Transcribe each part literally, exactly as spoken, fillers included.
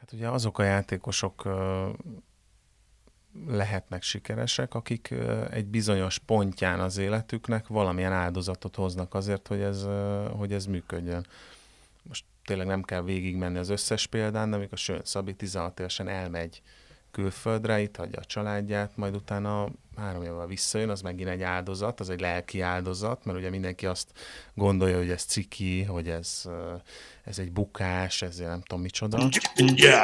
Hát ugye azok a játékosok ö, lehetnek sikeresek, akik ö, egy bizonyos pontján az életüknek valamilyen áldozatot hoznak azért, hogy ez, ö, hogy ez működjön. Most tényleg nem kell végigmenni az összes példán, de amikor Sőn Szabi tizenhat évesen elmegy külföldre, itt hagyja a családját, majd utána három évvel visszajön, az megint egy áldozat, az egy lelki áldozat, mert ugye mindenki azt gondolja, hogy ez ciki, hogy ez, ez egy bukás, ez nem tudom micsoda. Yeah.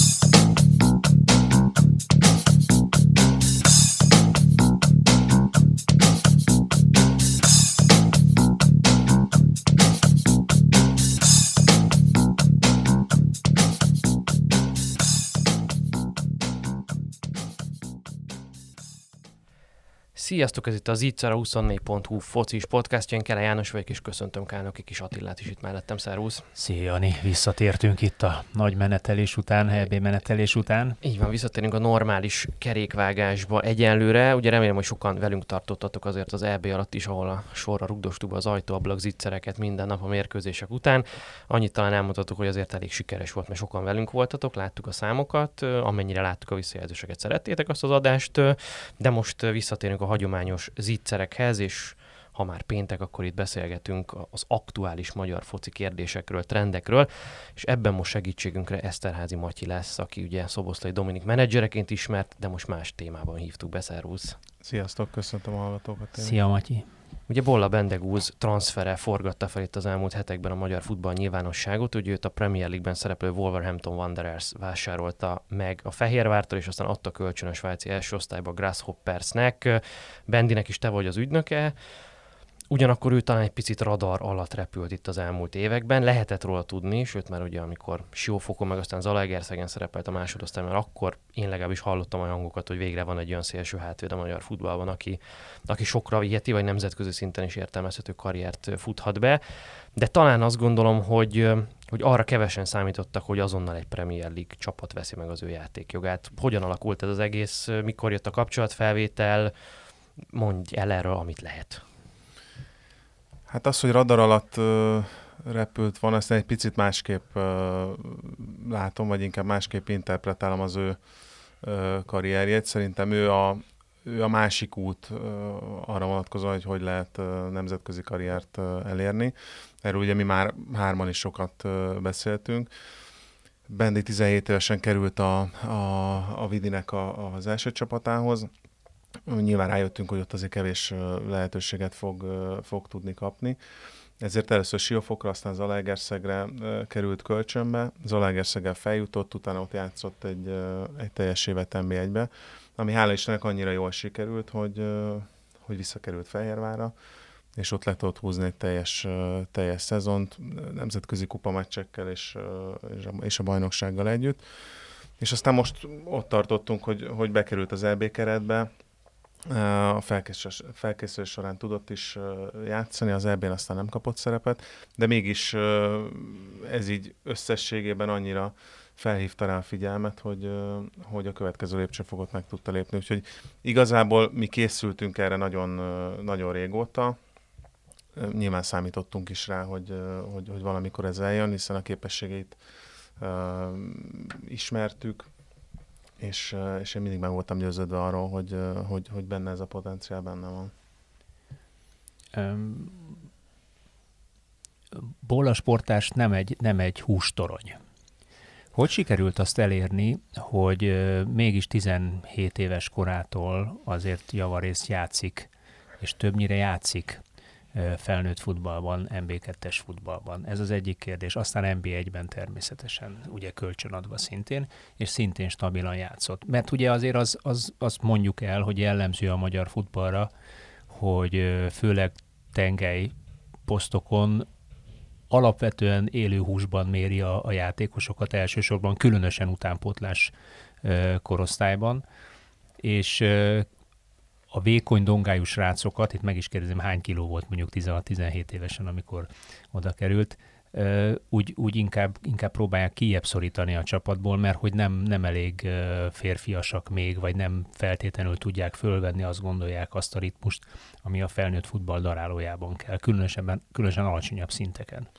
Sziasztok, ez itt az Ittszer, a huszonnégy pont hu focis podcastja. Én Kele János vagyok, és köszöntöm Kálnoki Kis Attilát is itt mellettem. Szervusz! Szia, Jani! Visszatértünk itt a nagy menetelés után, é bé menetelés után. Így van, visszatérünk a normális kerékvágásba egyenlőre. Ugye remélem, hogy sokan velünk tartottatok azért az é bé alatt is, ahol a sorra rugdostuk az ajtóablak zicsereket minden nap a mérkőzések után. Annyit talán elmondhatok, hogy azért elég sikeres volt, mert sokan velünk voltatok, láttuk a számokat, amennyire láttuk a visszajelzéseket, szerettétek azt az adást, de most visszatérünk a hagyományos zicserekhez, és ha már péntek, akkor itt beszélgetünk az aktuális magyar foci kérdésekről, trendekről, és ebben most segítségünkre Eszterházy Matyi lesz, aki ugye Szoboszlai Dominik menedzsereként ismert, de most más témában hívtuk be. Szervusz! Sziasztok, köszöntöm a hallgatókat. Szia, Matyi! Ugye Bolla Bendegúz transfere forgatta fel itt az elmúlt hetekben a magyar futball nyilvánosságot, ugye őt a Premier League-ben szereplő Wolverhampton Wanderers vásárolta meg a Fehérvártól, és aztán adta kölcsön a svájci első osztályba a Grasshoppersnek. Bendinek is te vagy az ügynöke, ugyanakkor ő talán egy picit radar alatt repült itt az elmúlt években, lehetett róla tudni, sőt már ugye amikor Siófokon meg aztán Zalaegerszegen szerepelt a másodosztályban, akkor én legalábbis hallottam a hangokat, hogy végre van egy olyan szélső hátvéd a magyar futballban, aki, aki sokra viheti, vagy nemzetközi szinten is értelmezhető karriert futhat be, de talán azt gondolom, hogy, hogy arra kevesen számítottak, hogy azonnal egy Premier League csapat veszi meg az ő játékjogát. Hogyan alakult ez az egész, mikor jött a kapcsolatfelvétel, mondj el erről, amit lehet. Hát az, hogy radar alatt uh, repült van, ezt egy picit másképp uh, látom, vagy inkább másképp interpretálom az ő uh, karrierjét. Szerintem ő a, ő a másik út uh, arra vonatkozóan, hogy hogy lehet uh, nemzetközi karriert uh, elérni. Erről ugye mi már hárman is sokat uh, beszéltünk. Bendi tizenhét évesen került a, a, a Vidinek a, az első csapatához. Nyilván rájöttünk, hogy ott azért kevés lehetőséget fog, fog tudni kapni. Ezért először Siófokra, aztán Zalaegerszegre került kölcsönbe. Zalaegerszeggel feljutott, utána ott játszott egy, egy teljes évet en bé egybe, ami hála Istennek annyira jól sikerült, hogy, hogy visszakerült Fehérvárra, és ott le tudott húzni egy teljes, teljes szezont, nemzetközi kupameccsekkel és, és a bajnoksággal együtt. És aztán most ott tartottunk, hogy, hogy bekerült az é bé keretbe. A felkészülés, felkészülés során tudott is játszani, az é bén aztán nem kapott szerepet, de mégis ez így összességében annyira felhívta rá a figyelmet, hogy, hogy a következő lépcsőfokot meg tudta lépni. Úgyhogy igazából mi készültünk erre nagyon, nagyon régóta. Nyilván számítottunk is rá, hogy, hogy, hogy valamikor ez eljön, hiszen a képességeit uh, ismertük. És, és én mindig meg voltam győződve arról, hogy, hogy, hogy benne ez a potenciál benne van. Um, Bolla sportás nem egy, nem egy hústorony. Hogy sikerült azt elérni, hogy uh, mégis tizenhét éves korától azért javarészt játszik, és többnyire játszik uh, felnőtt futballban, en bé kettes futballban? Ez az egyik kérdés. Aztán en bé egyben természetesen, ugye kölcsönadva szintén, és szintén stabilan játszott. Mert ugye azért az, az, azt mondjuk el, hogy jellemző a magyar futballra, hogy uh, főleg tengely posztokon alapvetően élő húsban méri a, a játékosokat, elsősorban különösen utánpótlás uh, korosztályban, és uh, a vékony dongájú srácokat, itt meg is kérdezem, hány kiló volt mondjuk tizenhat-tizenhét évesen, amikor oda került, uh, úgy, úgy inkább, inkább próbálják kijjebb szorítani a csapatból, mert hogy nem, nem elég uh, férfiasak még, vagy nem feltétlenül tudják fölvenni, azt gondolják azt a ritmust, ami a felnőtt futball darálójában kell, különösen, különösen alacsonyabb szinteken.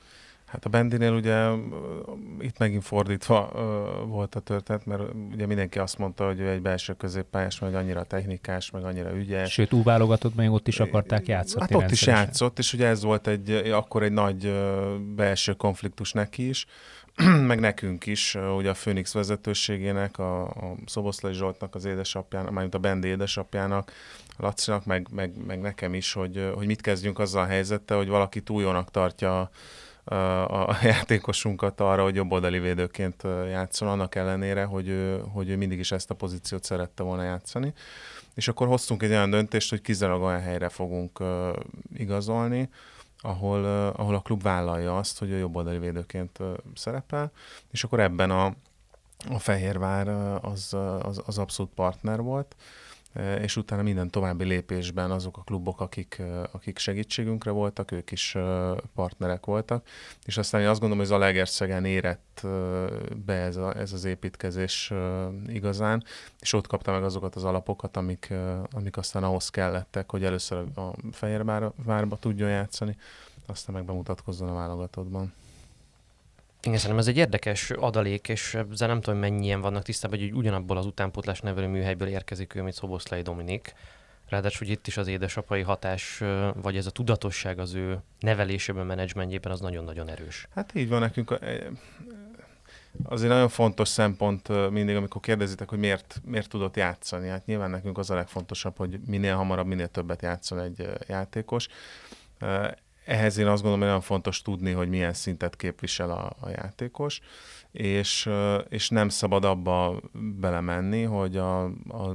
Hát a Bendinél ugye itt megint fordítva uh, volt a történet, mert ugye mindenki azt mondta, hogy ő egy belső középpályás, meg annyira technikás, meg annyira ügyes. Sőt, U válogatott, még ott is akarták játszani. Hát ott is játszott, és ugye ez volt egy akkor egy nagy uh, belső konfliktus neki is, meg nekünk is, uh, ugye a Phoenix vezetőségének, a, a Szoboszlai Zsoltnak, az édesapjának, mármint a Bendi édesapjának, a Lacinak, meg, meg, meg nekem is, hogy, hogy mit kezdjünk azzal a helyzettel, hogy valaki túl jónak tartja a játékosunkat arra, hogy jobboldali védőként játszon, annak ellenére, hogy ő, hogy ő mindig is ezt a pozíciót szerette volna játszani. És akkor hoztunk egy olyan döntést, hogy kizárólag olyan helyre fogunk uh, igazolni, ahol, uh, ahol a klub vállalja azt, hogy ő jobboldali védőként uh, szerepel, és akkor ebben a, a Fehérvár uh, az, az, az abszolút partner volt, és utána minden további lépésben azok a klubok, akik, akik segítségünkre voltak, ők is partnerek voltak, és aztán én azt gondolom, hogy Zalaegerszegen érett be ez, a, ez az építkezés igazán, és ott kapta meg azokat az alapokat, amik, amik aztán ahhoz kellettek, hogy először a Fehérvárba tudjon játszani, aztán meg bemutatkozzon a válogatottban. Igen, szerintem ez egy érdekes adalék, és ezzel nem tudom, mennyien vannak tisztában, hogy ugyanabból az utánpótlás nevelő műhelyből érkezik ő, mint Szoboszlai Dominik. Ráadásul itt is az édesapai hatás, vagy ez a tudatosság az ő nevelésében, menedzsmentjében az nagyon-nagyon erős. Hát így van nekünk. Azért nagyon fontos szempont mindig, amikor kérdezitek, hogy miért, miért tudott játszani. Hát nyilván nekünk az a legfontosabb, hogy minél hamarabb, minél többet játszon egy játékos. Ehhez én azt gondolom, hogy nagyon fontos tudni, hogy milyen szintet képvisel a, a játékos, és, és nem szabad abba belemenni, hogy, a, a,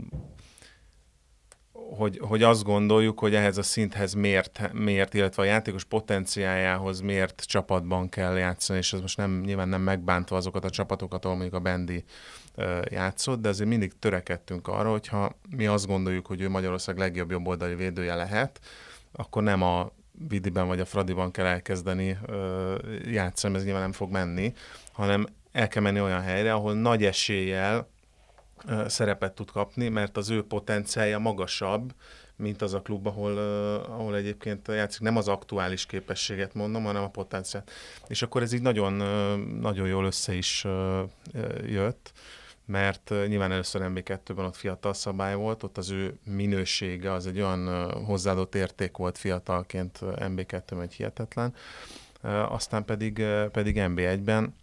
hogy, hogy azt gondoljuk, hogy ehhez a szinthez miért, miért, illetve a játékos potenciáljához miért csapatban kell játszani, és ez most nem, nyilván nem megbántva azokat a csapatokat, ahol mondjuk a Bendi játszott, de azért mindig törekedtünk arra, hogyha mi azt gondoljuk, hogy ő Magyarország legjobb jobboldali védője lehet, akkor nem a Vidiben vagy a Fradiban kell elkezdeni ö, játszani, ez nyilván nem fog menni, hanem el kell menni olyan helyre, ahol nagy eséllyel ö, szerepet tud kapni, mert az ő potenciálja magasabb, mint az a klub, ahol, ö, ahol egyébként játszik. Nem az aktuális képességet mondom, hanem a potenciált. És akkor ez így nagyon, ö, nagyon jól össze is ö, jött, mert uh, nyilván először em bé kettőben ott fiatal szabály volt, ott az ő minősége az egy olyan uh, hozzáadott érték volt fiatalként uh, em bé kettőben, egy hihetetlen. Uh, aztán pedig, uh, pedig em bé egyben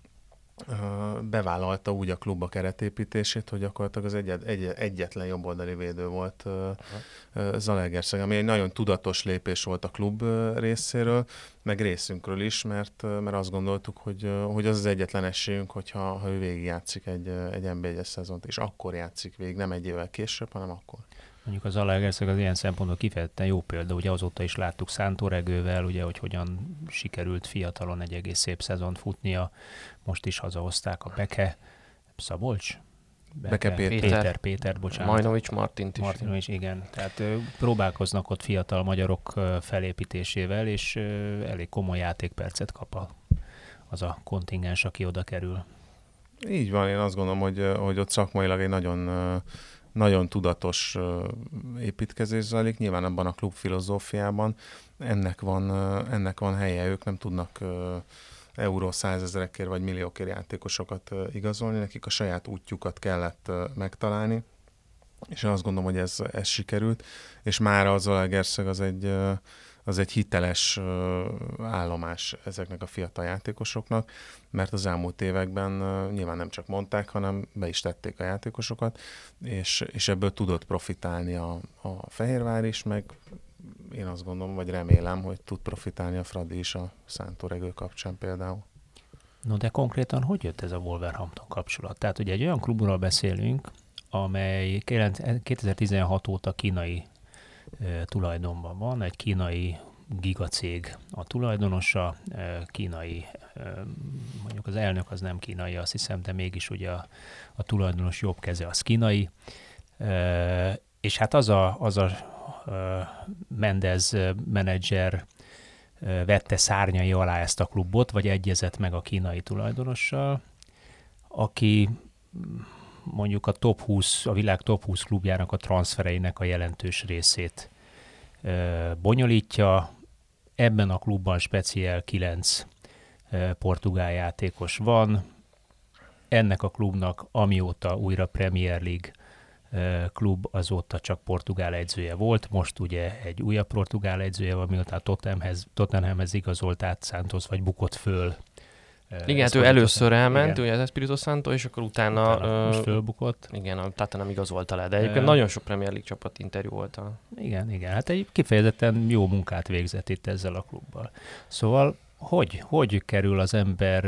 uh, bevállalta úgy a klub a keretépítését, hogy gyakorlatilag az egy, egy, egyetlen jobboldali védő volt uh, uh, Zalaegerszeg, ami egy nagyon tudatos lépés volt a klub uh, részéről, meg részünkről is, mert, mert azt gondoltuk, hogy, hogy az az egyetlen esélyünk, hogyha ha ő végigjátszik egy, egy em bé egyes szezont, és akkor játszik végig, nem egy évvel később, hanem akkor. Mondjuk az Zalaegerszeg az ilyen szempontból kifejezetten jó példa, ugye azóta is láttuk Szántó Regővel, ugye, hogy hogyan sikerült fiatalon egy egész szép szezont futnia, most is hazahozták a Beke, Szabolcs? Beke, Beke Péter. Péter, Péter, Péter, bocsánat. Majnovics Martint is. Martinovics, igen. Tehát ö, próbálkoznak ott fiatal magyarok ö, felépítésével, és ö, elég komoly játékpercet kap a, az a kontingens, aki oda kerül. Így van, én azt gondolom, hogy, hogy ott szakmailag egy nagyon, nagyon tudatos építkezés zajlik, nyilván abban a klub filozófiában ennek van, ennek van helye, ők nem tudnak euró százezerekért vagy milliókért játékosokat igazolni, nekik a saját útjukat kellett megtalálni, és azt gondolom, hogy ez, ez sikerült, és már az Zalaegerszeg az egy, az egy hiteles állomás ezeknek a fiatal játékosoknak, mert az elmúlt években nyilván nem csak mondták, hanem be is tették a játékosokat, és, és ebből tudott profitálni a, a Fehérvár is, meg én azt gondolom, vagy remélem, hogy tud profitálni a Fradi is a Szántó Regő kapcsán például. No, de konkrétan hogy jött ez a Wolverhampton kapcsolat? Tehát ugye egy olyan klubról beszélünk, amely kétezer-tizenhat óta kínai e, tulajdonban van, egy kínai gigacég a tulajdonosa, e, kínai, e, mondjuk az elnök az nem kínai, azt hiszem, de mégis ugye a, a tulajdonos jobb keze az kínai, e, és hát az a, az a Mendez menedzser vette szárnyai alá ezt a klubot, vagy egyezett meg a kínai tulajdonossal, aki mondjuk a top húsz, a világ top húsz klubjának a transfereinek a jelentős részét bonyolítja. Ebben a klubban speciál kilenc portugál játékos van. Ennek a klubnak amióta újra Premier League klub, azóta csak portugál edzője volt, most ugye egy újabb portugál edzője van, miután Tottenhamhez, Tottenhamhez igazolt át Santos, vagy bukott föl. Igen, hát ő először elment, ugye az Espírito Santo, és akkor utána... utána most fölbukott. Igen, a Tottenham igazolta le, de egyébként uh, nagyon sok Premier League csapat interjú volt. A... Igen, igen, hát egy kifejezetten jó munkát végzett itt ezzel a klubbal. Szóval, hogy, hogy kerül az ember...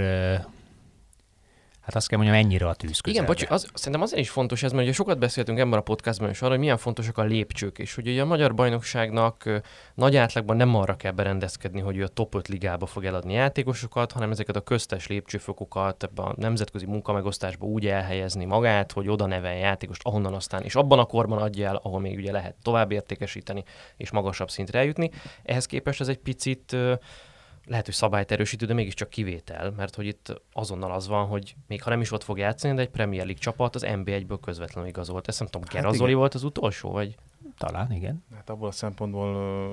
Hát azt kell mondjam, ennyire a tűz közelbe. Igen, bocs, az, szerintem azért is fontos ez, mert ugye sokat beszéltünk ebben a podcastban is arra, hogy milyen fontosak a lépcsők, és hogy ugye a magyar bajnokságnak ö, nagy átlagban nem arra kell berendezkedni, hogy ő a top öt ligába fog eladni játékosokat, hanem ezeket a köztes lépcsőfokokat ebbe a nemzetközi munkamegosztásba úgy elhelyezni magát, hogy oda nevel játékost, ahonnan aztán, és abban a korban adja el, ahol még ugye lehet tovább értékesíteni, és magasabb szintre eljutni. Ehhez képest ez egy picit... Ö, lehet, hogy szabályt erősítő, de mégiscsak kivétel, mert hogy itt azonnal az van, hogy még ha nem is ott fog játszani, de egy Premier League csapat az en bé egyből közvetlenül igazolt. Ezt nem tudom, hát Gerazoli volt az utolsó, vagy? Talán, igen. Hát abból a szempontból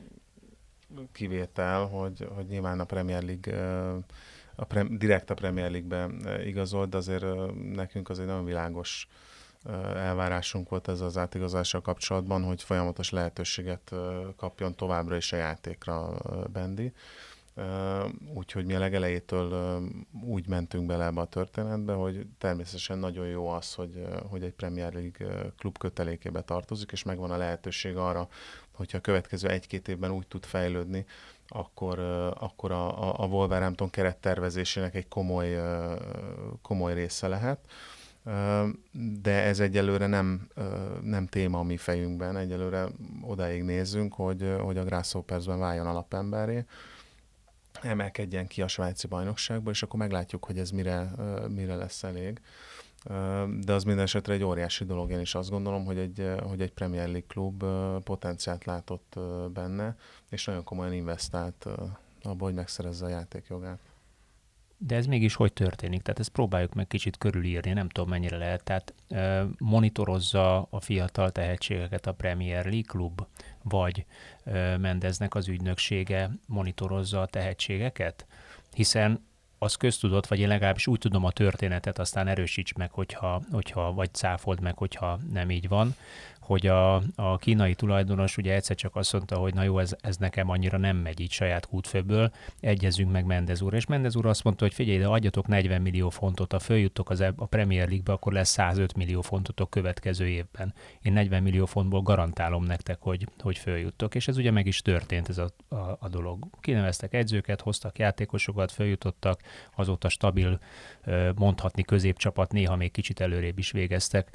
kivétel, hogy, hogy nyilván a Premier League, a pre, direkt a Premier League-be igazolt, de azért nekünk az egy nagyon világos elvárásunk volt ez az átigazolással kapcsolatban, hogy folyamatos lehetőséget kapjon továbbra is a játékra Bendi. Úgyhogy mi a legelejétől úgy mentünk bele ebbe a történetbe, hogy természetesen nagyon jó az, hogy, hogy egy Premier League klub kötelékébe tartozik, és megvan a lehetőség arra, hogyha a következő egy-két évben úgy tud fejlődni, akkor, akkor a, a Wolverhampton kerettervezésének egy komoly, komoly része lehet. De ez egyelőre nem, nem téma a mi fejünkben, egyelőre odáig nézzünk, hogy, hogy a Grasshoppersben váljon alapemberré, emelkedjen ki a svájci bajnokságba, és akkor meglátjuk, hogy ez mire, mire lesz elég. De az minden esetre egy óriási dolog, én is azt gondolom, hogy egy, hogy egy Premier League klub potenciált látott benne, és nagyon komolyan investált abba, hogy megszerezze a játékjogát. De ez mégis hogy történik? Tehát ezt próbáljuk meg kicsit körülírni, nem tudom mennyire lehet. Tehát e, monitorozza a fiatal tehetségeket a Premier League klub, vagy e, Mendeznek az ügynöksége monitorozza a tehetségeket? Hiszen az köztudott, vagy én legalábbis úgy tudom a történetet, aztán erősíts meg, hogyha, hogyha vagy cáfold meg, hogyha nem így van, hogy a, a kínai tulajdonos ugye egyszer csak azt mondta, hogy na jó, ez, ez nekem annyira nem megy így saját kútfőből, egyezünk meg Mendez úr. És Mendez úr azt mondta, hogy figyelj, de adjatok negyven millió fontot, ha följuttok az, a Premier League-be, akkor lesz százöt millió fontotok következő évben. Én negyven millió fontból garantálom nektek, hogy, hogy följuttok. És ez ugye meg is történt ez a, a, a dolog. Kineveztek edzőket, hoztak játékosokat, följutottak, azóta stabil, mondhatni középcsapat, néha még kicsit előrébb is végeztek.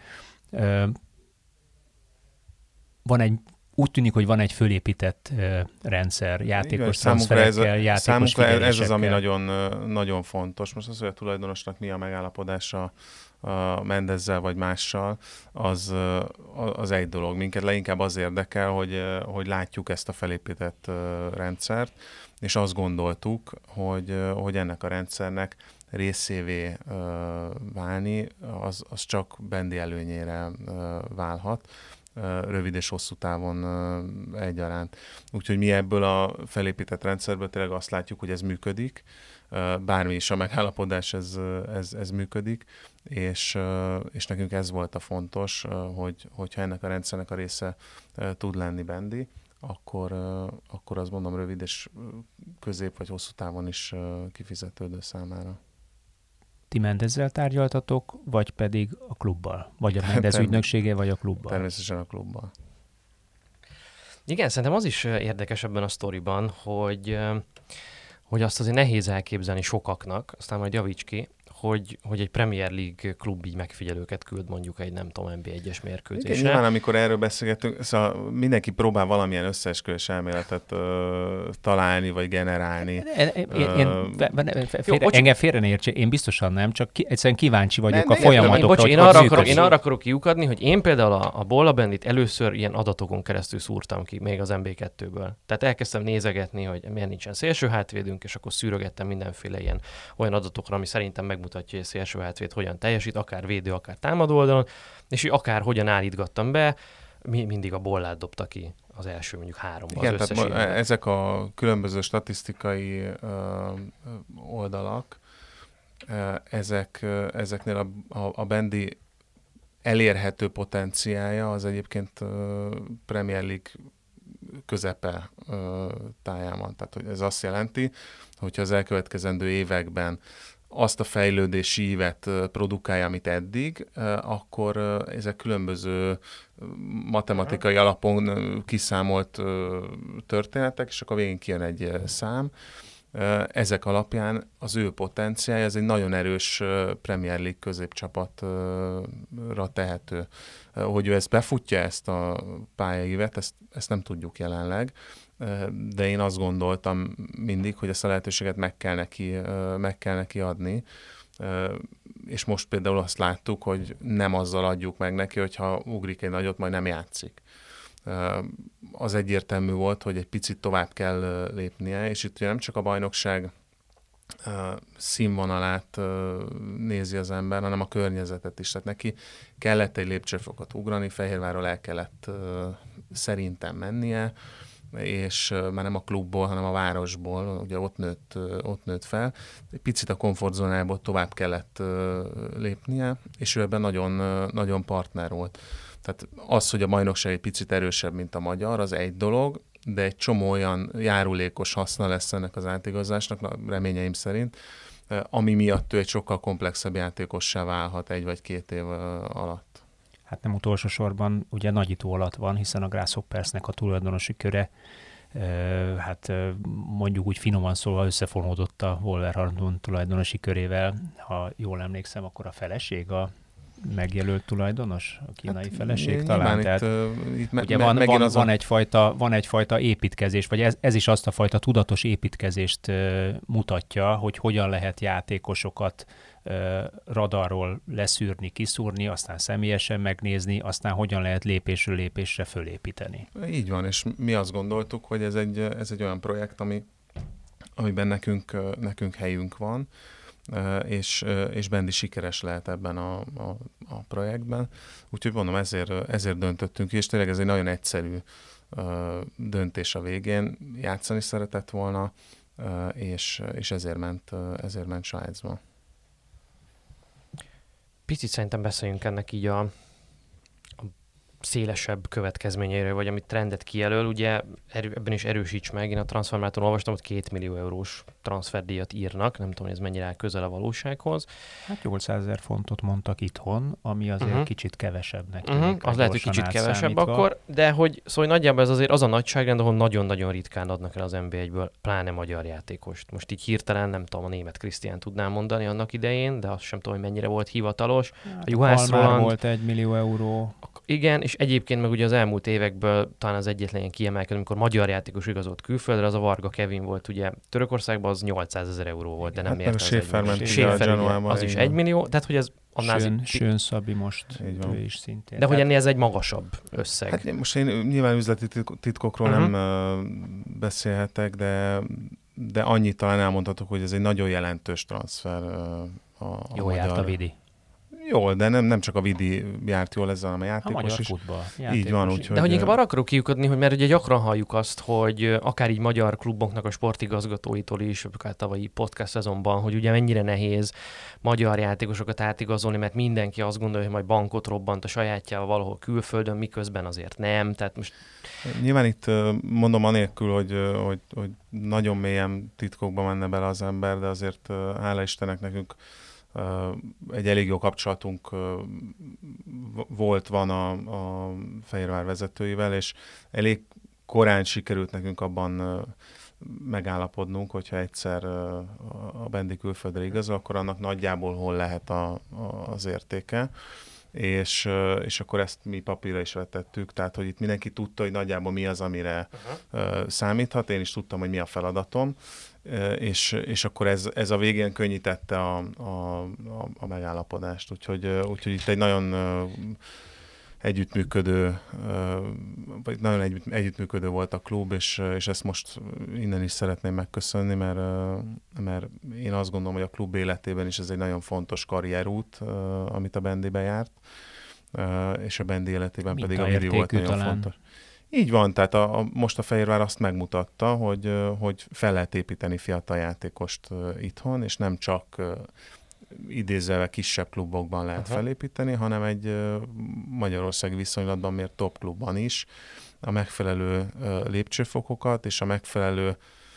Van egy, úgy tűnik, hogy van egy fölépített uh, rendszer, játékos transferekkel, játékos figyelésekkel. Ez az, ami nagyon, nagyon fontos. Most az, hogy a tulajdonosnak mi a megállapodása a Mendezzel vagy mással, az, az egy dolog. Minket leginkább az érdekel, hogy, hogy látjuk ezt a felépített rendszert, és azt gondoltuk, hogy, hogy ennek a rendszernek részévé válni, az, az csak Bendi előnyére válhat, rövid és hosszú távon egyaránt. Úgyhogy mi ebből a felépített rendszerből tényleg azt látjuk, hogy ez működik, bármi is a megállapodás, ez, ez, ez működik, és, és nekünk ez volt a fontos, hogy, hogyha ennek a rendszernek a része tud lenni Bendi, akkor, akkor azt mondom rövid és közép vagy hosszú távon is kifizetődő számára. Ti Mendezzel tárgyaltatok, vagy pedig a klubbal? Vagy a Mendez ügynöksége, vagy a klubbal? Természetesen a klubbal. Igen, szerintem az is érdekes ebben a sztoriban, hogy, hogy azt azért nehéz elképzelni sokaknak, aztán majd javíts ki, hogy, hogy egy Premier League klub így megfigyelőket küld mondjuk egy nem tudom en bé egyes mérkőzésre. Igen, nyilván amikor erről beszélgetünk, szóval mindenki próbál valamilyen összeesküvés elméletet ö, találni, vagy generálni. Én, én, én, félre, engem félre ne értse, én biztosan nem, csak ki, egyszerűen kíváncsi vagyok ne, a folyamatokra. Én, én, arra akarok, én arra akarok kiukadni, hogy én például a, a Bolla Bandit először ilyen adatokon keresztül szúrtam ki, még az en bé kettőből. Tehát elkezdtem nézegetni, hogy miért nincsen szélső hátvédünk, és akkor szűrögettem mindenféle ilyen olyan adatokra, ami szerintem megmutatja, hogy a szélső hátvéd hogyan teljesít, akár védő, akár támadó oldalon, és akár hogyan állítgattam be. mi, mindig a Bollát dobta ki az első mondjuk háromban. Igen, az tehát összes ma, ezek a különböző statisztikai ö, oldalak, ö, ezek, ö, ezeknél a, a, a bendi elérhető potenciálja az egyébként ö, Premier League közepe ö, táján van. Tehát hogy ez azt jelenti, hogyha az elkövetkezendő években azt a fejlődési ívet produkálja, amit eddig, akkor ezek különböző matematikai alapon kiszámolt történetek, és akkor végén kijön egy szám. Ezek alapján az ő potenciálja, ez egy nagyon erős Premier League középcsapatra tehető. Hogy ő ezt befutja, ezt a pályaívet, ezt, ezt nem tudjuk jelenleg, de én azt gondoltam mindig, hogy ezt a lehetőséget meg kell neki, meg kell neki adni, és most például azt láttuk, hogy nem azzal adjuk meg neki, hogyha ugrik egy nagyot, majd nem játszik. Az egyértelmű volt, hogy egy picit tovább kell lépnie, és itt nem csak a bajnokság színvonalát nézi az ember, hanem a környezetet is. Tehát neki kellett egy lépcsőfokot ugrani, Fehérvárról el kellett szerintem mennie, és már nem a klubból, hanem a városból, ugye ott nőtt, ott nőtt fel. Egy picit a komfortzónából tovább kellett lépnie, és ő ebben nagyon, nagyon partner volt. Tehát az, hogy a bajnokság egy picit erősebb, mint a magyar, az egy dolog, de egy csomó olyan járulékos haszna lesz ennek az átigazásnak, reményeim szerint, ami miatt ő egy sokkal komplexebb játékossá válhat egy vagy két év alatt. Hát nem utolsó sorban ugye nagyító alatt van, hiszen a Grasshoppersnek a tulajdonosi köre, hát mondjuk úgy finoman szólva összefonódott a Wolverhampton tulajdonosi körével. Ha jól emlékszem, akkor a feleség a megjelölt tulajdonos, a kínai hát, feleség talán. Itt, Tehát, uh, itt me- ugye me- van, van, az van, a... egyfajta, van egyfajta építkezés, vagy ez, ez is azt a fajta tudatos építkezést uh, mutatja, hogy hogyan lehet játékosokat uh, radarról leszűrni, kiszúrni, aztán személyesen megnézni, aztán hogyan lehet lépésről lépésre fölépíteni. Így van, és mi azt gondoltuk, hogy ez egy, ez egy olyan projekt, ami, amiben nekünk, nekünk helyünk van, és, és Bendi sikeres lehet ebben a, a, a projektben. Úgyhogy mondom, ezért, ezért döntöttünk ki, és tényleg ez egy nagyon egyszerű döntés a végén. Játszani szeretett volna, és, és ezért ment, ezért ment Svájcba. Picit szerintem beszéljünk ennek így a, a szélesebb következményeiről, vagy amit trendet kijelöl. Ugye erő, ebben is erősíts meg, én a Transfermarkton olvastam, hogy két millió eurós transferdíjat írnak, nem tudom, hogy ez mennyire áll közel a valósághoz. Hát nyolcszázezer fontot mondtak itthon, ami azért uh-huh. kicsit kevesebbnek tűnik. Uh-huh. Az lehet, hogy kicsit kevesebb akkor, de hogy szóval nagyjából ez azért az a nagyságrend, ahol nagyon-nagyon ritkán adnak el az en bé egyből, pláne magyar játékost. Most így hirtelen nem tudom, a német Krisztián tudnám mondani annak idején, de azt sem tudom, hogy mennyire volt hivatalos. Hát a Juhász Roland volt egy millió euró. Igen, és egyébként meg ugye az elmúlt évekből talán az egyetlen ilyen kiemelkedő, amikor magyar játékos igazolt külföldre, az a Varga Kevin volt, ugye Törökországban az nyolcszázezer euró volt, de nem hát érte az egy Schäfer, az is egy millió, tehát hogy ez annál Sőn, az... Sőn Szabi most ő is szintén. De hogy ennél ez egy magasabb összeg. Hát most én nyilván üzleti titkokról uh-huh. nem uh, beszélhetek, de, de annyit talán elmondhatok, hogy ez egy nagyon jelentős transfer uh, a, a Jó magyar... járt a Vidi. Jól, de nem, nem csak a Vidi járt jól ezzel, hanem a játékos a magyar is. Futball, így van, úgyhogy... De hogy inkább arra akarok kiukadni, hogy mert ugye gyakran halljuk azt, hogy akár így magyar kluboknak a sportigazgatóitól is, akár tavalyi podcast szezonban, hogy ugye mennyire nehéz magyar játékosokat átigazolni, mert mindenki azt gondolja, hogy majd bankot robbant a sajátjával valahol külföldön, miközben azért nem. Tehát most... Nyilván itt mondom anélkül, hogy, hogy, hogy nagyon mélyen titkokba menne bele az ember, de azért hála Istennek nekünk Uh, egy elég jó kapcsolatunk uh, volt, van a, a Fehérvár vezetőivel, és elég korán sikerült nekünk abban uh, megállapodnunk, hogyha egyszer uh, a Bendi külföldre igazol, akkor annak nagyjából hol lehet a, a, az értéke. És, uh, és akkor ezt mi papírra is vetettük, tehát hogy itt mindenki tudta, hogy nagyjából mi az, amire uh-huh. uh, számíthat, én is tudtam, hogy mi a feladatom, és, és akkor ez, ez a végén könnyítette a, a, a, a megállapodást. Úgyhogy, úgyhogy itt egy nagyon együttműködő, vagy nagyon együtt, együttműködő volt a klub, és, és ezt most innen is szeretném megköszönni, mert, mert én azt gondolom, hogy a klub életében is ez egy nagyon fontos karrierút, amit a Bendibe járt, és a Bendi életében pedig a Vidi volt nagyon talán. fontos. Így van, tehát a, a, most a Fehérvár azt megmutatta, hogy, hogy fel lehet építeni fiatal játékost itthon, és nem csak idézve kisebb klubokban lehet uh-huh. felépíteni, hanem egy magyarországi viszonylatban miért top klubban is a megfelelő lépcsőfokokat és a megfelelő,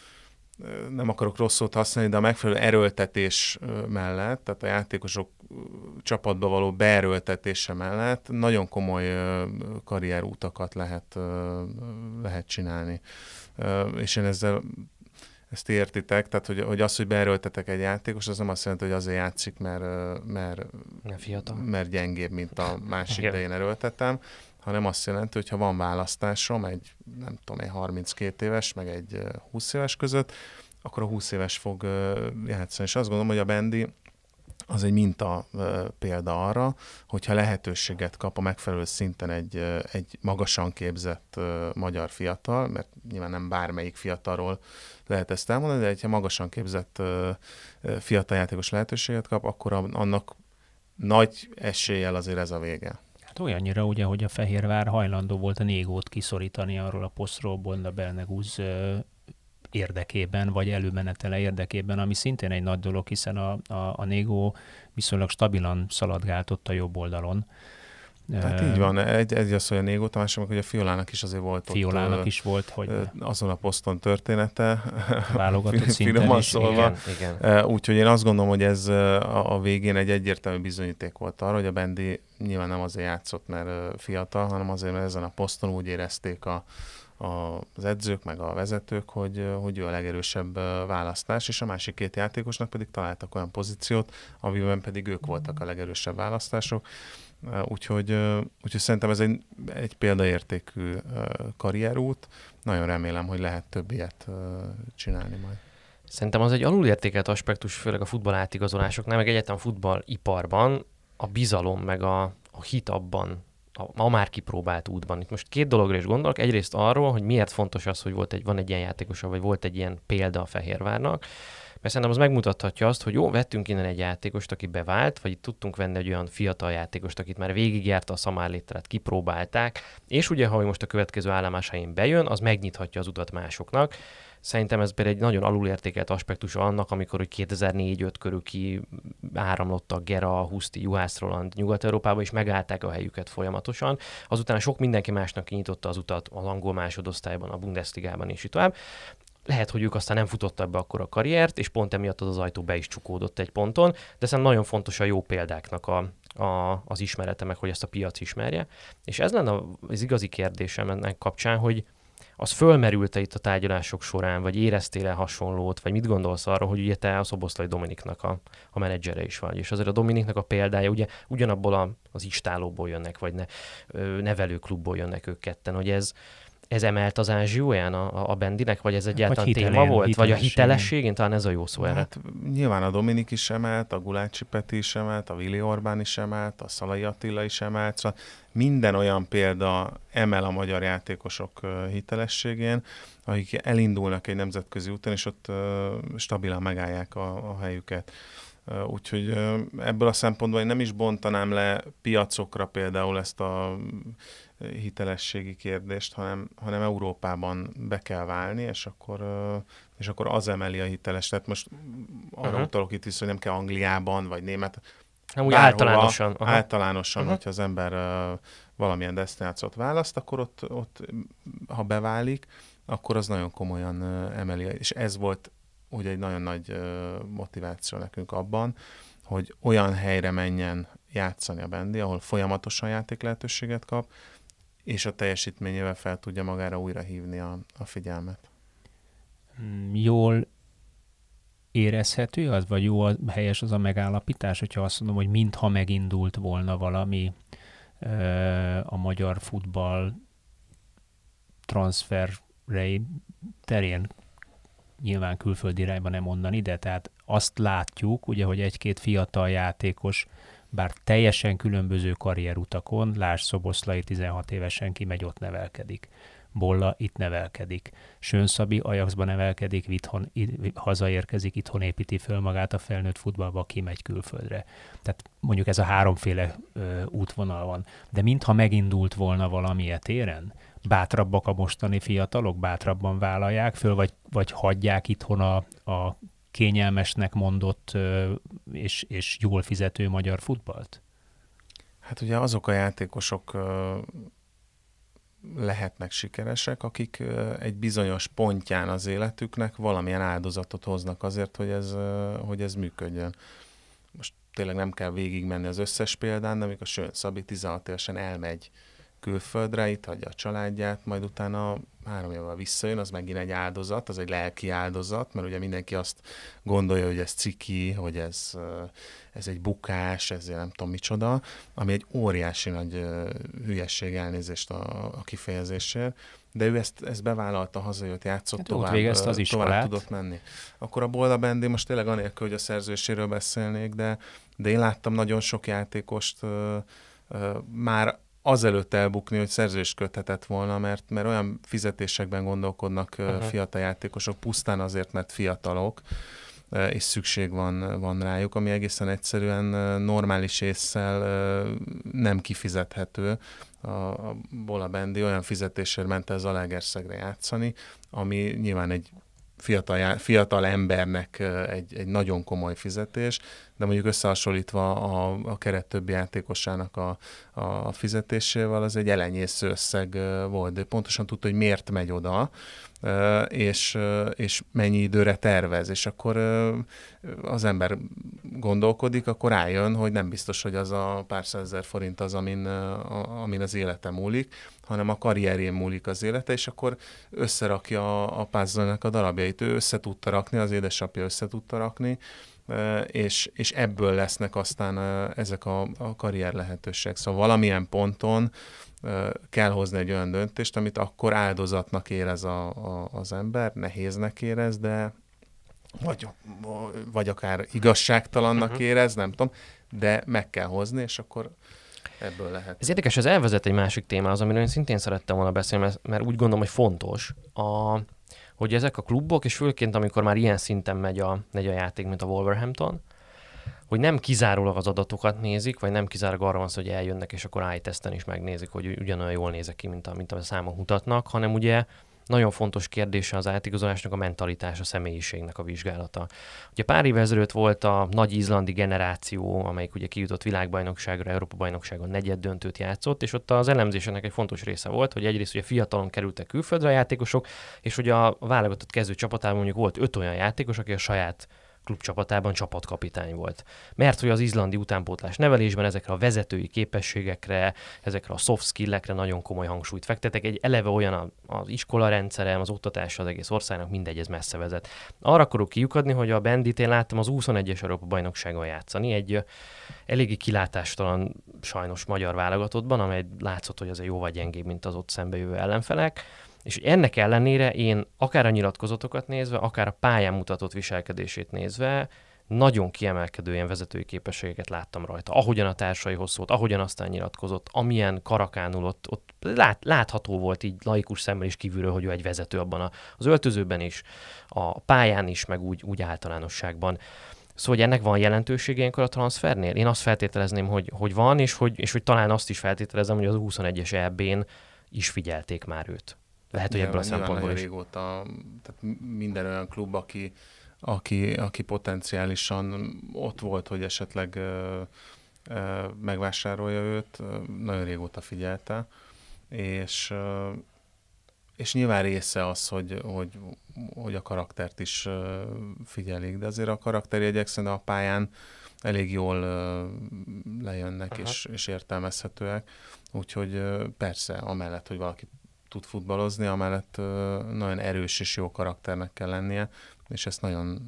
nem akarok rossz szót használni, de a megfelelő erőltetés mellett, tehát a játékosok csapatba való beerőltetése mellett nagyon komoly karrierútakat lehet, lehet csinálni. És én ezzel ezt értitek, tehát hogy, hogy az, hogy beerőltetek egy játékos, az nem azt jelenti, hogy azért játszik, mert, mert, mert gyengébb, mint a másik, de én erőltetem, hanem azt jelenti, hogy ha van választásom egy, nem tudom, egy harminckét éves, meg egy húsz éves között, akkor a húsz éves fog játszani. És azt gondolom, hogy a Bendi az egy minta példa arra, hogyha lehetőséget kap a megfelelő szinten egy, egy magasan képzett magyar fiatal, mert nyilván nem bármelyik fiatalról lehet ezt elmondani, de ha magasan képzett fiatal játékos lehetőséget kap, akkor annak nagy eséllyel azért ez a vége. Hát olyannyira ugye, hogy a Fehérvár hajlandó volt a Négót kiszorítani arról a posztról Bonda Belnegúz érdekében, vagy előmenetele érdekében, ami szintén egy nagy dolog, hiszen a, a, a Négó viszonylag stabilan szaladgált ott a jobb oldalon. Tehát így van, egy, egy az, hogy a Négót, a másik, hogy a Fiolának is azért volt Fiolának ott, is volt, hogy azon a poszton története, válogatott szinten is. Szólva. Igen, igen. Úgyhogy én azt gondolom, hogy ez a, a végén egy egyértelmű bizonyíték volt arra, hogy a Bendi nyilván nem azért játszott, mert fiatal, hanem azért, mert ezen a poszton úgy érezték a az edzők, meg a vezetők, hogy, hogy ő a legerősebb választás, és a másik két játékosnak pedig találtak olyan pozíciót, amiben pedig ők voltak a legerősebb választások. Úgyhogy, úgyhogy szerintem ez egy, egy példaértékű karrierút. Nagyon remélem, hogy lehet több ilyet csinálni majd. Szerintem az egy alulértékelt aspektus, főleg a futball átigazolásoknál, meg egyáltalán a futballiparban a bizalom, meg a, a hit abban, a, a már kipróbált útban. Itt most két dologra is gondolok. Egyrészt arról, hogy miért fontos az, hogy volt egy, van egy ilyen játékosa, vagy volt egy ilyen példa a Fehérvárnak, mert szerintem az megmutathatja azt, hogy jó, vettünk innen egy játékost, aki bevált, vagy itt tudtunk venni egy olyan fiatal játékost, akit már végigjárta a szamárlétrát, kipróbálták, és ugye, ha most a következő állomás helyén bejön, az megnyithatja az utat másoknak. Szerintem ez például egy nagyon alulértékelt aspektusa annak, amikor hogy kétezer-négy-öt körül ki áramlottak Gera, Huszti, Juhász Roland Nyugat-Európába, és megállták a helyüket folyamatosan. Azután sok mindenki másnak kinyitotta az utat az angol másodosztályban, a Bundesligában és így tovább. Lehet, hogy ők aztán nem futottak be akkor a karriert, és pont emiatt az, az ajtó be is csukódott egy ponton, de szerintem nagyon fontos a jó példáknak a, a, az ismerete, meg hogy ezt a piac ismerje. És ez lenne az igazi kérdésem ennek kapcsán, hogy az fölmerült-e itt a tárgyalások során, vagy éreztél-e hasonlót, vagy mit gondolsz arról, hogy ugye te a Szoboszlai Dominiknak a, a menedzsere is vagy, és azért a Dominiknak a példája ugye ugyanabból a, az istálóból jönnek, vagy ne, nevelőklubból jönnek ők ketten, hogy ez Ez emelt az ázsióján a, a Bendinek, vagy ez egyáltalán vagy téma hitelén, volt? Vagy a hitelességén? Talán ez a jó szó erre. Hát nyilván a Dominik is emelt, a Gulácsi Peti is emelt, a Vili Orbán is emelt, a Szalai Attila is emelt. Szóval minden olyan példa emel a magyar játékosok hitelességén, akik elindulnak egy nemzetközi úton, és ott stabilan megállják a, a helyüket. Úgyhogy ebből a szempontból én nem is bontanám le piacokra például ezt a hitelességi kérdést, hanem, hanem Európában be kell válni, és akkor, és akkor az emeli a hiteles. Tehát most arra uh-huh. utalok itt is, hogy nem kell Angliában, vagy német. Nem úgy általánosan. Aha. Általánosan, uh-huh. hogyha az ember valamilyen desztinációt választ, akkor ott, ott, ha beválik, akkor az nagyon komolyan emeli. És ez volt ugye egy nagyon nagy motiváció nekünk abban, hogy olyan helyre menjen játszani a Bendi, ahol folyamatosan játék lehetőséget kap, és a teljesítményével fel tudja magára újra hívni a, a figyelmet. Jól érezhető az, vagy jó, helyes az a megállapítás, hogyha azt mondom, hogy mintha megindult volna valami a magyar futball transferrei terén, nyilván külföldi irányba nem onnan ide, tehát azt látjuk, ugye, hogy egy-két fiatal játékos, bár teljesen különböző karrierutakon, lásd Szoboszlai tizenhat évesen kimegy, ott nevelkedik. Bolla itt nevelkedik. Sönszabi Ajaxba nevelkedik, itthon, hazaérkezik, itthon építi föl magát a felnőtt futballba, kimegy külföldre. Tehát mondjuk ez a háromféle ö, útvonal van. De mintha megindult volna valamilyen téren, bátrabbak a mostani fiatalok, bátrabban vállalják föl, vagy, vagy hagyják itthon a, a kényelmesnek mondott ö, és, és jól fizető magyar futballt? Hát ugye azok a játékosok ö, lehetnek sikeresek, akik ö, egy bizonyos pontján az életüknek valamilyen áldozatot hoznak azért, hogy ez, ö, hogy ez működjön. Most tényleg nem kell végigmenni az összes példán, de amikor a Sön Szabi tizenhat évesen elmegy külföldre, itt hagyja a családját, majd utána három évvel visszajön, az megint egy áldozat, az egy lelki áldozat, mert ugye mindenki azt gondolja, hogy ez ciki, hogy ez, ez egy bukás, ez nem tudom micsoda, ami egy óriási nagy hülyesség, elnézést a, a kifejezésért, de ő ezt, ezt bevállalta, hazajött, játszott, hát tovább, végezte az tovább tudott menni. Akkor a Bolla Bendi, most tényleg anélkül, hogy a szerződéséről beszélnék, de, de én láttam nagyon sok játékost uh, uh, már azelőtt elbukni, hogy szerződést köthetett volna, mert, mert olyan fizetésekben gondolkodnak uh-huh. fiatal játékosok, pusztán azért, mert fiatalok, és szükség van, van rájuk, ami egészen egyszerűen normális ésszel nem kifizethető. A Bolla Bendi olyan fizetésért ment el Zalaegerszegre játszani, ami nyilván egy fiatal, fiatal embernek egy, egy nagyon komoly fizetés, de mondjuk összehasonlítva a, a keret többi játékosának a, a fizetésével, az egy elenyésző összeg volt, de pontosan tudta, hogy miért megy oda, és, és mennyi időre tervez, és akkor az ember gondolkodik, akkor rájön, hogy nem biztos, hogy az a pár százezer forint az, amin, amin az élete múlik, hanem a karrierjén múlik az élete, és akkor összerakja a puzzle-nek a darabjait. Ő össze tudta rakni, az édesapja össze tudta rakni, és, és ebből lesznek aztán ezek a, a karrier lehetőségek. Szóval valamilyen ponton kell hozni egy olyan döntést, amit akkor áldozatnak érez a, a, az ember, nehéznek érez, de vagy, vagy akár igazságtalannak uh-huh. érez, nem tudom, de meg kell hozni, és akkor ebből lehet. Ez érdekes, ez elvezet egy másik témához, amiről én szintén szerettem volna beszélni, mert, mert úgy gondolom, hogy fontos, a, hogy ezek a klubok, és főként amikor már ilyen szinten megy a, megy a játék, mint a Wolverhampton, hogy nem kizárólag az adatokat nézik, vagy nem kizárólag arra van szó, hogy eljönnek, és akkor eye-testen is megnézik, hogy ugyanolyan jól nézek ki, mint a, mint a számok mutatnak, hanem ugye nagyon fontos kérdése az átigazolásnak a mentalitás, a személyiségnek a vizsgálata. Ugye pár évvel ezelőtt volt a nagy izlandi generáció, amelyik ugye kijutott világbajnokságra, Európa-bajnokságon negyed döntőt játszott, és ott az elemzésének egy fontos része volt, hogy egyrészt ugye fiatalon kerültek külföldre a játékosok, és hogy a válogatott kezdő csapatában mondjuk volt öt olyan játékos, aki a saját klubcsapatában csapatkapitány volt. Mert hogy az izlandi utánpótlás nevelésben ezekre a vezetői képességekre, ezekre a soft skill-ekre nagyon komoly hangsúlyt fektetek. Egy eleve olyan az iskola rendszere, az oktatás az egész országnak, mindegy, ez messze vezet. Arra akarok kiukadni, hogy a Bendit én láttam az huszonegyes Európa-bajnokságon játszani, egy eléggé kilátástalan sajnos magyar válogatottban, amely látszott, hogy az jóval gyengébb, mint az ott szembejövő ellenfelek. És ennek ellenére én akár a nyilatkozatokat nézve, akár a pályán mutatott viselkedését nézve nagyon kiemelkedő ilyen vezetői képességeket láttam rajta. Ahogyan a társaihoz szólt, ahogyan aztán nyilatkozott, amilyen karakánul ott, ott lát, látható volt így laikus szemmel is kívülről, hogy ő egy vezető abban a, az öltözőben is, a pályán is, meg úgy, úgy általánosságban. Szóval, hogy ennek van jelentősége ilyenkor a transfernél? Én azt feltételezném, hogy, hogy van, és hogy, és hogy talán azt is feltételezem, hogy az huszonegyes é bé-n is figyelték már őt. Lehet, hogy ebből a szempontból is. Régóta, tehát minden olyan klub, aki, aki, aki potenciálisan ott volt, hogy esetleg ö, ö, megvásárolja őt, nagyon régóta figyelte, és, ö, és nyilván része az, hogy, hogy, hogy a karaktert is ö, figyelik, de azért a karakterjegyek szerintem a pályán elég jól ö, lejönnek és, és értelmezhetőek, úgyhogy ö, persze, amellett, hogy valaki tud futballozni, amellett nagyon erős és jó karakternek kell lennie, és ezt nagyon,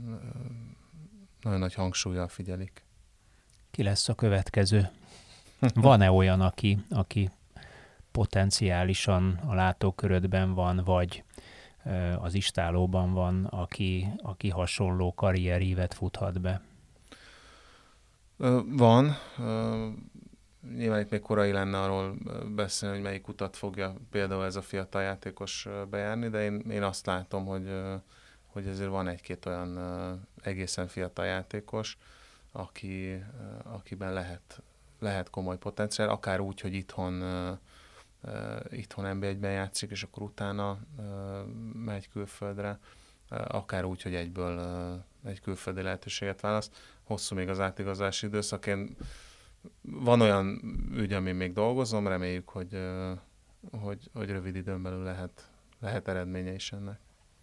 nagyon nagy hangsúllyal figyelik. Ki lesz a következő? Van-e olyan, aki, aki potenciálisan a látókörödben van, vagy az istálóban van, aki, aki hasonló karrierívet futhat be? Van. nyilván itt még korai lenne arról beszélni, hogy melyik utat fogja például ez a fiatal játékos bejárni, de én, én azt látom, hogy, hogy ezért van egy-két olyan egészen fiatal játékos, aki, akiben lehet, lehet komoly potenciál, akár úgy, hogy itthon, itthon en bé egyben játszik, és akkor utána megy külföldre, akár úgy, hogy egyből egy külföldi lehetőséget választ. Hosszú még az átigazási időszak. Én van olyan ügy, amin még dolgozom, reméljük, hogy, hogy, hogy rövid időn belül lehet, lehet eredménye is ennek.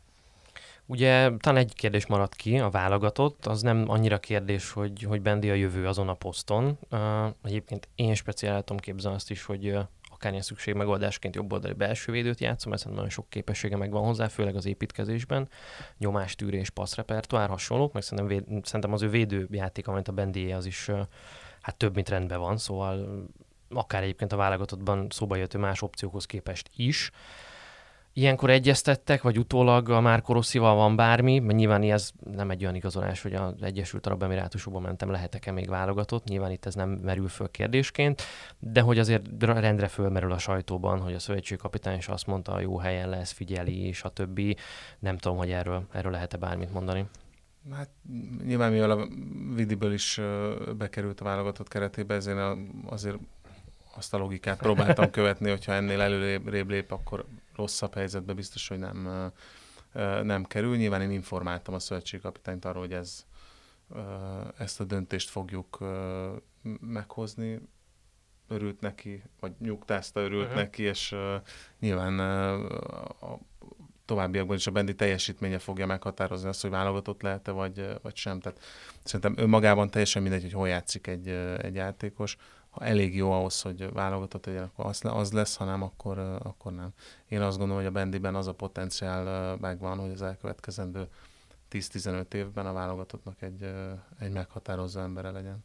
Ugye talán egy kérdés maradt ki, a válogatott, az nem annyira kérdés, hogy, hogy Bendi a jövő azon a poszton. Uh, egyébként én speciál tudom képzelni azt is, hogy uh, akármilyen szükség megoldásként jobboldali belső védőt játszom, mert szerintem nagyon sok képessége megvan hozzá, főleg az építkezésben, nyomástűrés, passzrepertoár, hasonlók, meg szerintem, véd, szerintem az ő védőjáték, amit a Bendié, az is uh, hát több, mint rendben van, szóval akár egyébként a válogatottban szóba jött más opciókhoz képest is. Ilyenkor egyeztettek, vagy utólag a Marco Rossival van bármi, mert nyilván ez nem egy olyan igazolás, hogy az Egyesült Arab Emirátusokban mentem, lehetek-e még válogatott, nyilván itt ez nem merül föl kérdésként, de hogy azért rendre fölmerül a sajtóban, hogy a szövetségkapitány is azt mondta, jó helyen lesz, figyeli, és a többi. Nem tudom, hogy erről, erről lehet-e bármit mondani. Hát nyilván mivel a Vidiből is bekerült a válogatott keretébe, ezért azért azt a logikát próbáltam követni, hogyha ennél előrébb lép, akkor rosszabb helyzetbe biztos, hogy nem, nem kerül. Nyilván én informáltam a szövetségkapitányt arról, hogy ez, ezt a döntést fogjuk meghozni. Örült neki, vagy nyugtázta, örült uh-huh. neki, és nyilván a továbbiakban is a Bendi teljesítménye fogja meghatározni azt, hogy válogatott lehet-e, vagy, vagy sem. Tehát szerintem önmagában teljesen mindegy, hogy hol játszik egy, egy játékos. Ha elég jó ahhoz, hogy válogatott legyen, akkor az, az lesz, ha nem, akkor, akkor nem. Én azt gondolom, hogy a Bendiben az a potenciál megvan, hogy az elkövetkezendő tíz-tizenöt évben a válogatottnak egy, egy meghatározó embere legyen.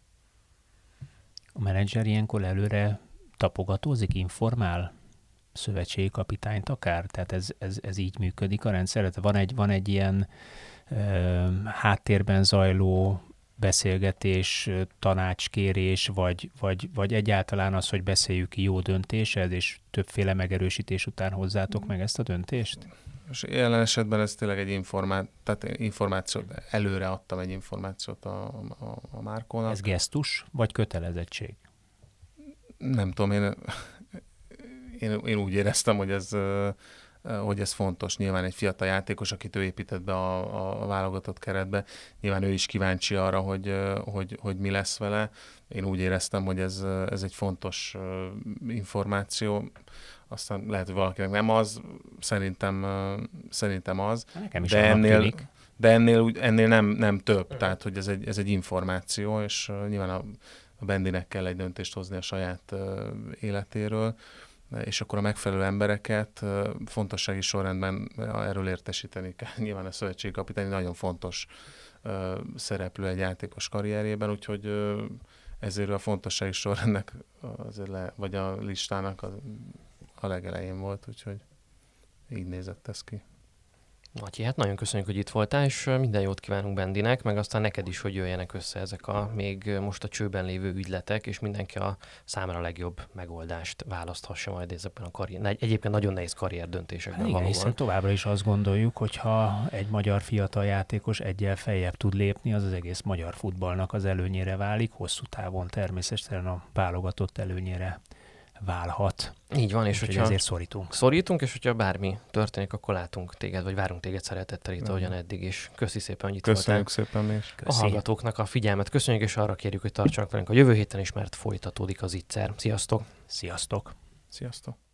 A menedzser ilyenkor előre tapogatózik, informál szövetségi kapitányt akár? Tehát ez, ez, ez így működik a rendszer? Van egy, van egy ilyen ö, háttérben zajló beszélgetés, tanácskérés, vagy, vagy, vagy egyáltalán az, hogy beszéljük ki jó döntésed, és többféle megerősítés után hozzátok meg ezt a döntést? És jelen esetben ez tényleg egy informá... tehát információt, előre adtam egy információt a, a, a Márkónak. Ez gesztus, vagy kötelezettség? Nem tudom, én, én, én úgy éreztem, hogy ez, hogy ez fontos. Nyilván egy fiatal játékos, akit ő épített be a, a válogatott keretbe, nyilván ő is kíváncsi arra, hogy, hogy, hogy mi lesz vele. Én úgy éreztem, hogy ez, ez egy fontos információ. Aztán lehet, hogy valakinek nem az, szerintem, szerintem az. Nekem is de ennél, de ennél, ennél nem, nem több. Tehát, hogy ez egy, ez egy információ, és nyilván a, a Bendinek kell egy döntést hozni a saját életéről, és akkor a megfelelő embereket fontossági sorrendben erről értesíteni kell. Nyilván a szövetségkapitány nagyon fontos szereplő egy játékos karrierjében, úgyhogy ezért a fontossági sorrendnek azért le, vagy a listának a, a legelején volt, úgyhogy így nézett ez ki. Matyi, hát nagyon köszönjük, hogy itt voltál, és minden jót kívánunk Bendinek, meg aztán neked is, hogy jöjjenek össze ezek a még most a csőben lévő ügyletek, és mindenki a számára a legjobb megoldást választhassa majd ezekben a karrier, egyébként nagyon nehéz karrier döntésekben. Igen, hiszen továbbra is azt gondoljuk, hogy ha egy magyar fiatal játékos egyel feljebb tud lépni, az az egész magyar futballnak az előnyére válik, hosszú távon természetesen a válogatott előnyére válhat. Így van, és hogyha ezért szorítunk. Szorítunk, és hogyha bármi történik, akkor látunk téged, vagy várunk téged szeretettel itt, ahogyan eddig is. Köszi szépen, hogy itt Köszönjük voltál. szépen mi is. A hallgatóknak a figyelmet köszönjük, és arra kérjük, hogy tartsanak velünk a jövő héten is, mert folytatódik az Ittszer. Sziasztok! Sziasztok! Sziasztok!